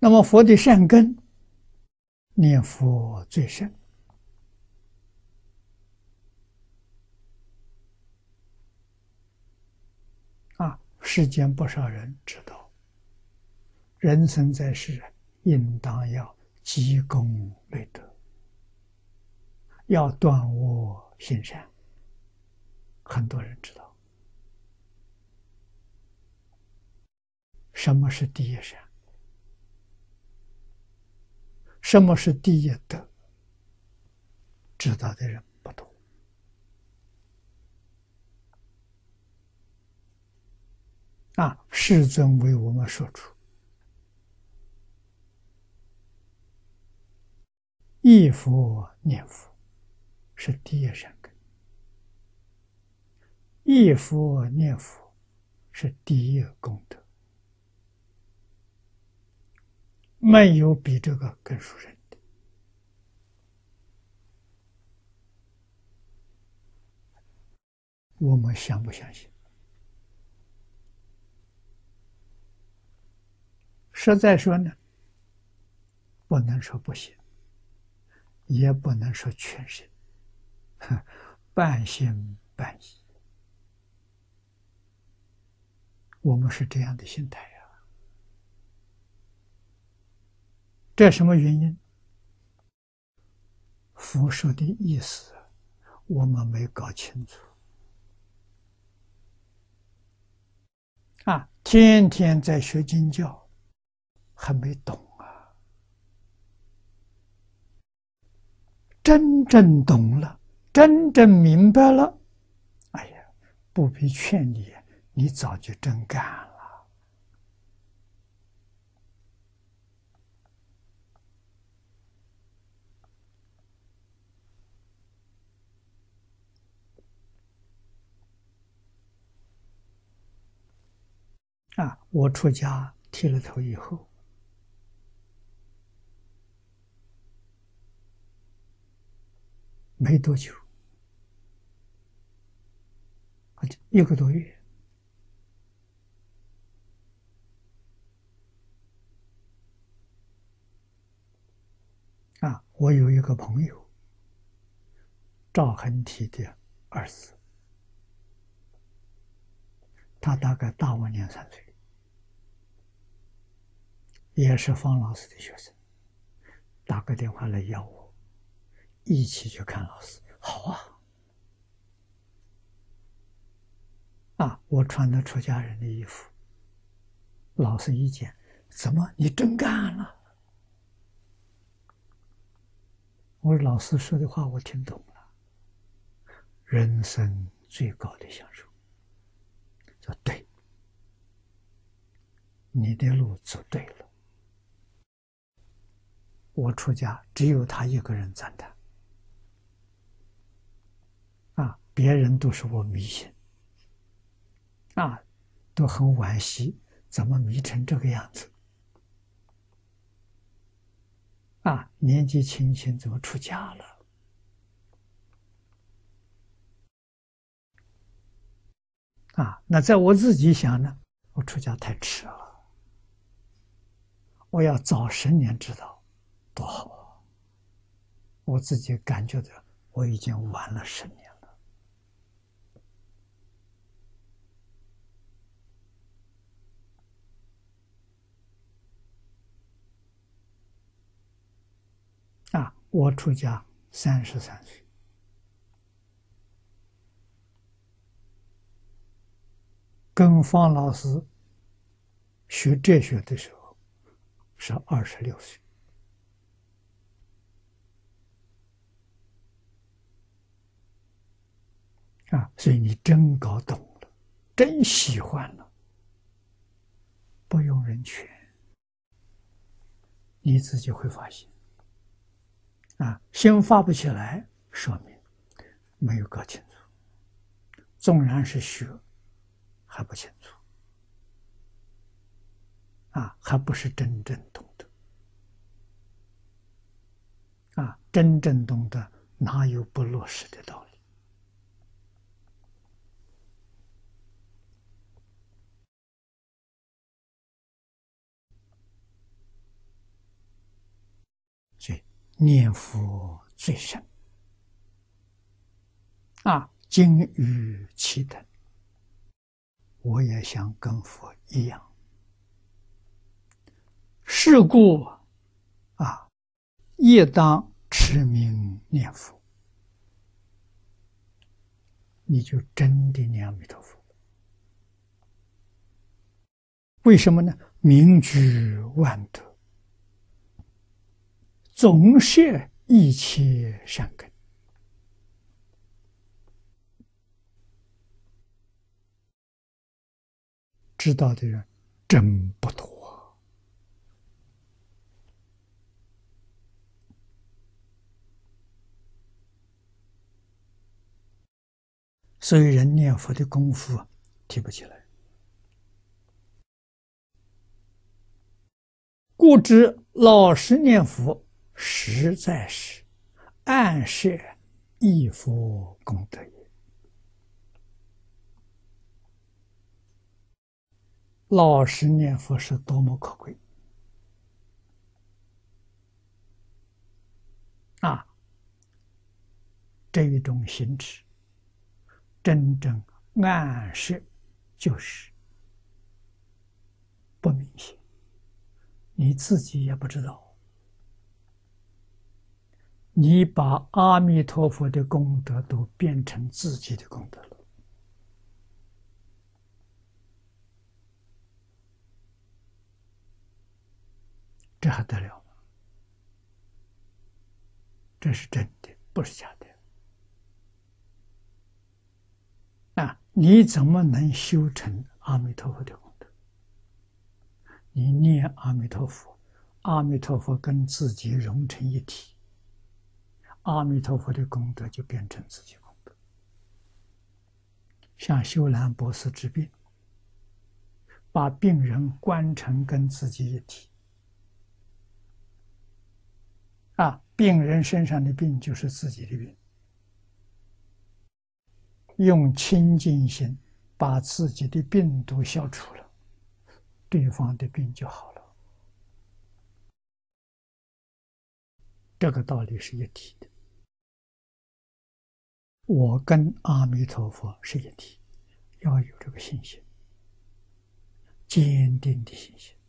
那么佛的善根，念佛最深。世间不少人知道，人生在世，应当要积功累德，要断恶行善。很多人知道什么是第一善，什么是第一德，知道的人不多。世尊为我们说出忆佛念佛是第一善根，忆佛念佛是第一功德，没有比这个更殊胜的。我们相不相信？实在说呢，不能说不信，也不能说全信，半信半疑。我们是这样的心态呀。这什么原因？佛说的意思我们没搞清楚天天在学经教，还没懂啊。真正懂了，真正明白了，哎呀，不必劝你，你早就真干了。我出家剃了头以后，没多久，1个多月，我有一个朋友，赵恒提的儿子，他大概大我2、3岁，也是方老师的学生，打个电话来邀我一起去看老师。好我穿的出家人的衣服，老师一见，怎么你真干了？我说老师说的话我听懂了，人生最高的享受。说对，你的路走对了。我出家只有他一个人赞叹，别人都说我迷信，都很惋惜，怎么迷成这个样子？年纪轻轻怎么出家了？那在我自己想呢，我出家太迟了，我要早10年知道，多好啊！我自己感觉到我已经晚了10年了。我出家33岁，跟方老师学哲学的时候是26岁。所以你真搞懂了，真喜欢了，不用人劝，你自己会发现。心发不起来，说明没有搞清楚，纵然是学，还不清楚，还不是真正懂得。真正懂得，哪有不落实的道理？ 念佛最深精于其等。我也想跟佛一样。是故亦当持名念佛。你就真的念阿弥陀佛。为什么呢？明居万德，总摄一切善根。知道的人真不多。所以人念佛的功夫提不起来。故知老实念佛，实在是暗摄一佛功德也。老实念佛是多么可贵这一种行持，真正暗示就是不明显，你自己也不知道。你把阿弥陀佛的功德都变成自己的功德了。这还得了吗？这是真的，不是假的。你怎么能修成阿弥陀佛的功德？你念阿弥陀佛，阿弥陀佛跟自己融成一体，阿弥陀佛的功德就变成自己功德。像修兰博士治病，把病人观成跟自己一体，病人身上的病就是自己的病，用清净心把自己的病毒消除了，对方的病就好了。这个道理是一体的。我跟阿弥陀佛是一体，要有这个信心，坚定的信心。